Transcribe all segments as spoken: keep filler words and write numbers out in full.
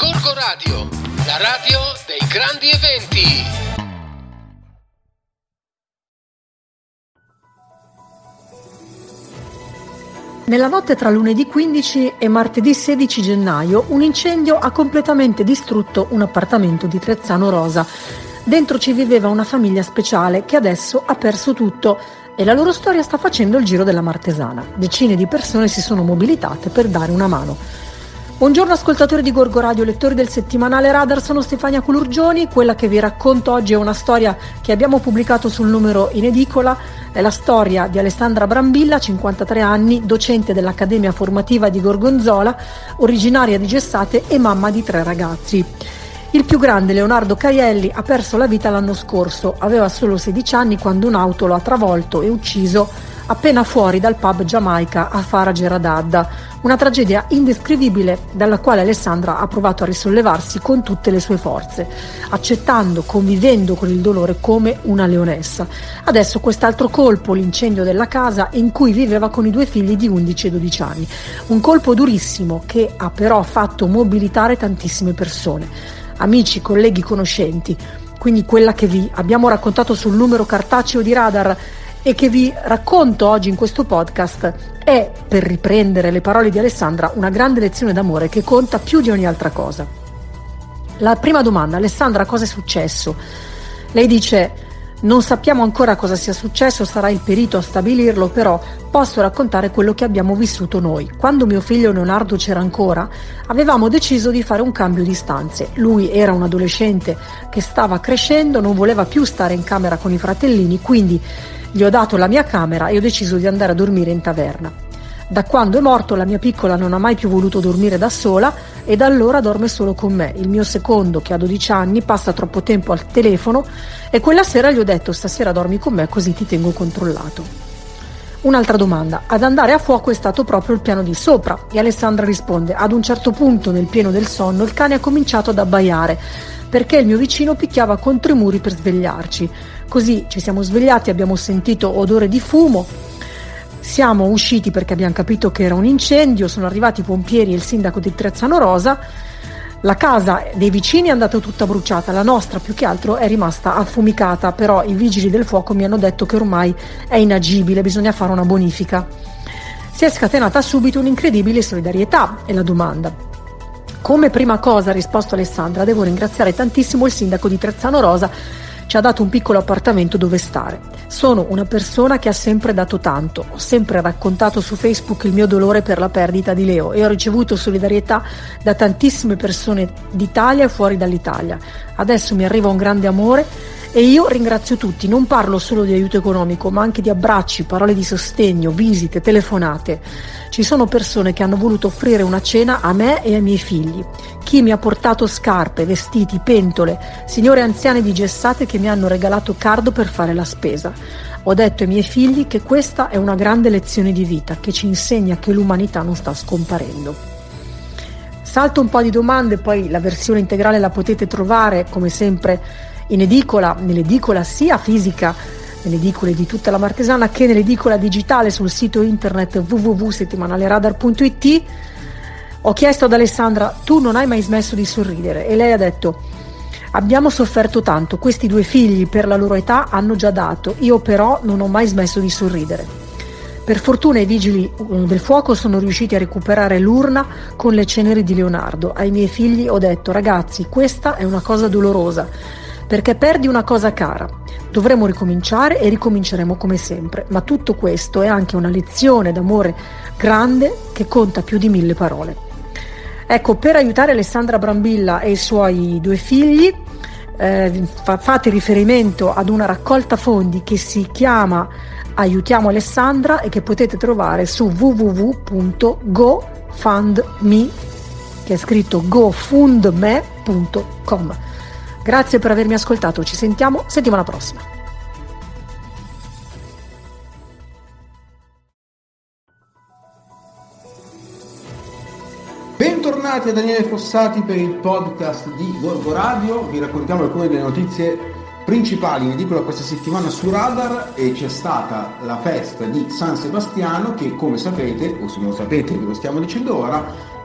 Gorgo Radio, la radio dei grandi eventi. Nella notte tra lunedì quindici e martedì sedici gennaio un incendio ha completamente distrutto un appartamento di Trezzano Rosa. Dentro ci viveva una famiglia speciale che adesso ha perso tutto e la loro storia sta facendo il giro della Martesana. Decine di persone si sono mobilitate per dare una mano. Buongiorno ascoltatori di Gorgo Radio, lettori del settimanale Radar, sono Stefania Culurgioni. Quella che vi racconto oggi è una storia che abbiamo pubblicato sul numero in edicola. È la storia di Alessandra Brambilla, cinquantatré anni, docente dell'Accademia Formativa di Gorgonzola, originaria di Gessate e mamma di tre ragazzi. Il più grande, Leonardo Caielli, ha perso la vita l'anno scorso. Aveva solo sedici anni quando un'auto lo ha travolto e ucciso appena fuori dal pub Giamaica a Farage Radadda. Una tragedia indescrivibile dalla quale Alessandra ha provato a risollevarsi con tutte le sue forze, accettando, convivendo con il dolore come una leonessa. Adesso quest'altro colpo, l'incendio della casa in cui viveva con i due figli di undici e dodici anni. Un colpo durissimo che ha però fatto mobilitare tantissime persone. Amici, colleghi, conoscenti, quindi quella che vi abbiamo raccontato sul numero cartaceo di Radar e che vi racconto oggi in questo podcast è, per riprendere le parole di Alessandra, una grande lezione d'amore che conta più di ogni altra cosa. La prima domanda: Alessandra, cosa è successo? Lei dice: non sappiamo ancora cosa sia successo, sarà il perito a stabilirlo, però posso raccontare quello che abbiamo vissuto noi. Quando mio figlio Leonardo c'era ancora, avevamo deciso di fare un cambio di stanze. Lui era un adolescente che stava crescendo, non voleva più stare in camera con i fratellini, quindi gli ho dato la mia camera e ho deciso di andare a dormire in taverna. Da quando è morto la mia piccola non ha mai più voluto dormire da sola e da allora dorme solo con me. Il mio secondo, che ha dodici anni, passa troppo tempo al telefono e quella sera gli ho detto: stasera dormi con me così ti tengo controllato. Un'altra domanda: ad andare a fuoco è stato proprio il piano di sopra? E Alessandra risponde: ad un certo punto, nel pieno del sonno, il cane ha cominciato ad abbaiare perché il mio vicino picchiava contro i muri per svegliarci. Così ci siamo svegliati, abbiamo sentito odore di fumo, siamo usciti perché abbiamo capito che era un incendio, sono arrivati i pompieri e il sindaco di Trezzano Rosa, la casa dei vicini è andata tutta bruciata, la nostra più che altro è rimasta affumicata, però i vigili del fuoco mi hanno detto che ormai è inagibile, bisogna fare una bonifica. Si è scatenata subito un'incredibile solidarietà e la domanda: come prima cosa, ha risposto Alessandra, devo ringraziare tantissimo il sindaco di Trezzano Rosa, ci ha dato un piccolo appartamento dove stare. Sono una persona che ha sempre dato tanto, ho sempre raccontato su Facebook il mio dolore per la perdita di Leo e ho ricevuto solidarietà da tantissime persone d'Italia e fuori dall'Italia. Adesso mi arriva un grande amore e io ringrazio tutti, non parlo solo di aiuto economico, ma anche di abbracci, parole di sostegno, visite, telefonate. Ci sono persone che hanno voluto offrire una cena a me e ai miei figli. Chi mi ha portato scarpe, vestiti, pentole, signore anziane di Gessate che mi hanno regalato cardo per fare la spesa. Ho detto ai miei figli che questa è una grande lezione di vita che ci insegna che l'umanità non sta scomparendo. Salto un po' di domande, poi la versione integrale la potete trovare come sempre in edicola, nell'edicola sia fisica, nelle edicole di tutta la Martesana, che nell'edicola digitale sul sito internet w w w punto settimanaleradar punto i t. Ho chiesto ad Alessandra: tu non hai mai smesso di sorridere? E lei ha detto: abbiamo sofferto tanto, questi due figli per la loro età hanno già dato, io però non ho mai smesso di sorridere. Per fortuna i vigili del fuoco sono riusciti a recuperare l'urna con le ceneri di Leonardo. Ai miei figli ho detto: ragazzi, questa è una cosa dolorosa, perché perdi una cosa cara. Dovremo ricominciare e ricominceremo come sempre, ma tutto questo è anche una lezione d'amore grande che conta più di mille parole. Ecco, per aiutare Alessandra Brambilla e i suoi due figli, eh, fa, fate riferimento ad una raccolta fondi che si chiama Aiutiamo Alessandra e che potete trovare su w w w punto gofundme, che è scritto gofundme punto com. Grazie per avermi ascoltato, ci sentiamo settimana prossima. Bentornati a Daniele Fossati per il podcast di Gorgo Radio. Vi raccontiamo alcune delle notizie principali in edicola questa settimana su Radar, e c'è stata la festa di San Sebastiano che, come sapete, o se non lo sapete ve lo stiamo dicendo ora,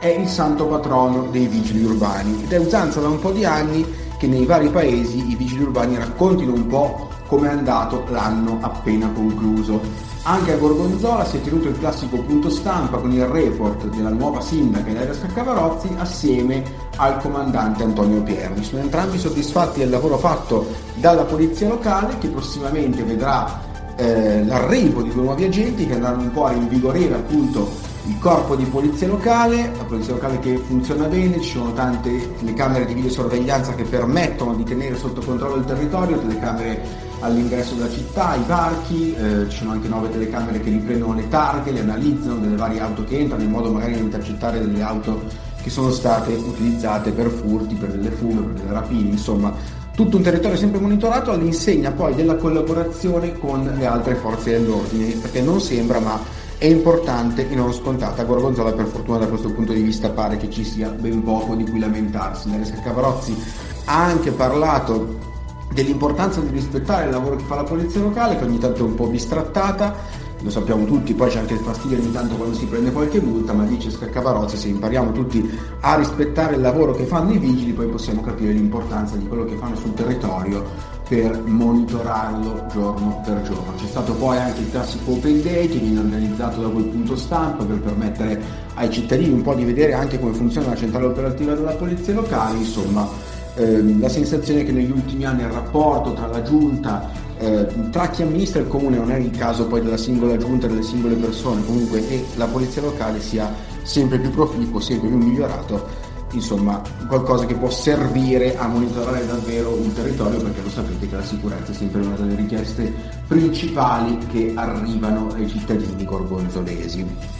è il santo patrono dei vigili urbani ed è usanza da un po' di anni che nei vari paesi i vigili urbani raccontino un po' come è andato l'anno appena concluso. Anche a Gorgonzola si è tenuto il classico punto stampa con il report della nuova sindaca Ilaria Scaccavarozzi assieme al comandante Antonio Pierri. Sono entrambi soddisfatti del lavoro fatto dalla polizia locale, che prossimamente vedrà eh, l'arrivo di due nuovi agenti che andranno un po' a rinvigorire appunto il corpo di polizia locale, la polizia locale che funziona bene. Ci sono tante telecamere di videosorveglianza che permettono di tenere sotto controllo il territorio, telecamere all'ingresso della città, i varchi, eh, ci sono anche nuove telecamere che riprendono le targhe, le analizzano delle varie auto che entrano in modo magari da intercettare delle auto che sono state utilizzate per furti, per delle fughe, per delle rapine, insomma tutto un territorio sempre monitorato all'insegna poi della collaborazione con le altre forze dell'ordine, perché non sembra ma è importante e non scontata. A Gorgonzola per fortuna da questo punto di vista pare che ci sia ben poco di cui lamentarsi. Ilaria Scaccavarozzi ha anche parlato dell'importanza di rispettare il lavoro che fa la polizia locale, che ogni tanto è un po' bistrattata, lo sappiamo tutti, poi c'è anche il fastidio ogni tanto quando si prende qualche multa, ma dice Scaccavarozzi, se impariamo tutti a rispettare il lavoro che fanno i vigili poi possiamo capire l'importanza di quello che fanno sul territorio per monitorarlo giorno per giorno. C'è stato poi anche il classico Open Day che viene organizzato da quel punto stampa per permettere ai cittadini un po' di vedere anche come funziona la centrale operativa della polizia locale. Insomma, ehm, la sensazione è che negli ultimi anni il rapporto tra la giunta, eh, tra chi amministra il comune, non è il caso poi della singola giunta, delle singole persone comunque, e la polizia locale sia sempre più proficuo, sempre più migliorato. Insomma, qualcosa che può servire a monitorare davvero un territorio, perché lo sapete che la sicurezza è sempre una delle richieste principali che arrivano ai cittadini gorgonzolesi.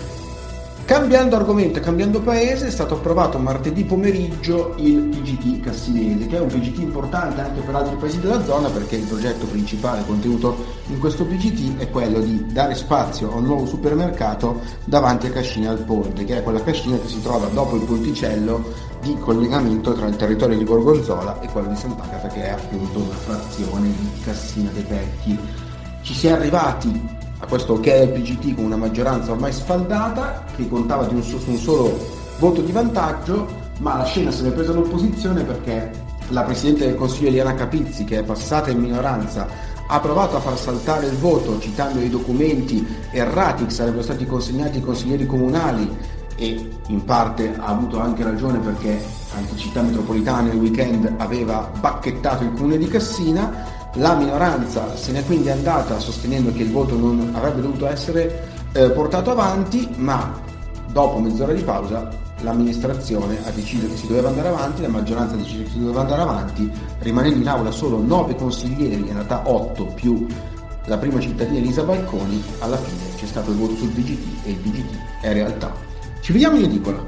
Cambiando argomento e cambiando paese, è stato approvato martedì pomeriggio il P G T cassinese, che è un P G T importante anche per altri paesi della zona, perché il progetto principale contenuto in questo P G T è quello di dare spazio a un nuovo supermercato davanti a Cascina al Ponte, che è quella cascina che si trova dopo il ponticello di collegamento tra il territorio di Gorgonzola e quello di Sant'Agata, che è appunto una frazione di Cassina dei Pecchi. Ci si è arrivati a questo che è il P G T con una maggioranza ormai sfaldata, che contava di un, su un solo voto di vantaggio, ma la scena se l'è presa l'opposizione, perché la Presidente del Consiglio Eliana Capizzi, che è passata in minoranza, ha provato a far saltare il voto citando i documenti errati che sarebbero stati consegnati ai consiglieri comunali, e in parte ha avuto anche ragione, perché anche Città Metropolitana il weekend aveva bacchettato il comune di Cassina. La minoranza se n'è quindi andata sostenendo che il voto non avrebbe dovuto essere eh, portato avanti, ma dopo mezz'ora di pausa l'amministrazione ha deciso che si doveva andare avanti, la maggioranza ha deciso che si doveva andare avanti, rimanendo in aula solo nove consiglieri, in realtà otto più la prima cittadina Elisa Balconi. Alla fine c'è stato il voto sul P G T e il P G T è realtà. Ci vediamo in edicola.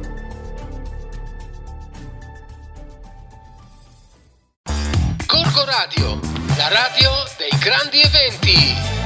Gorgo Radio, la radio dei grandi eventi.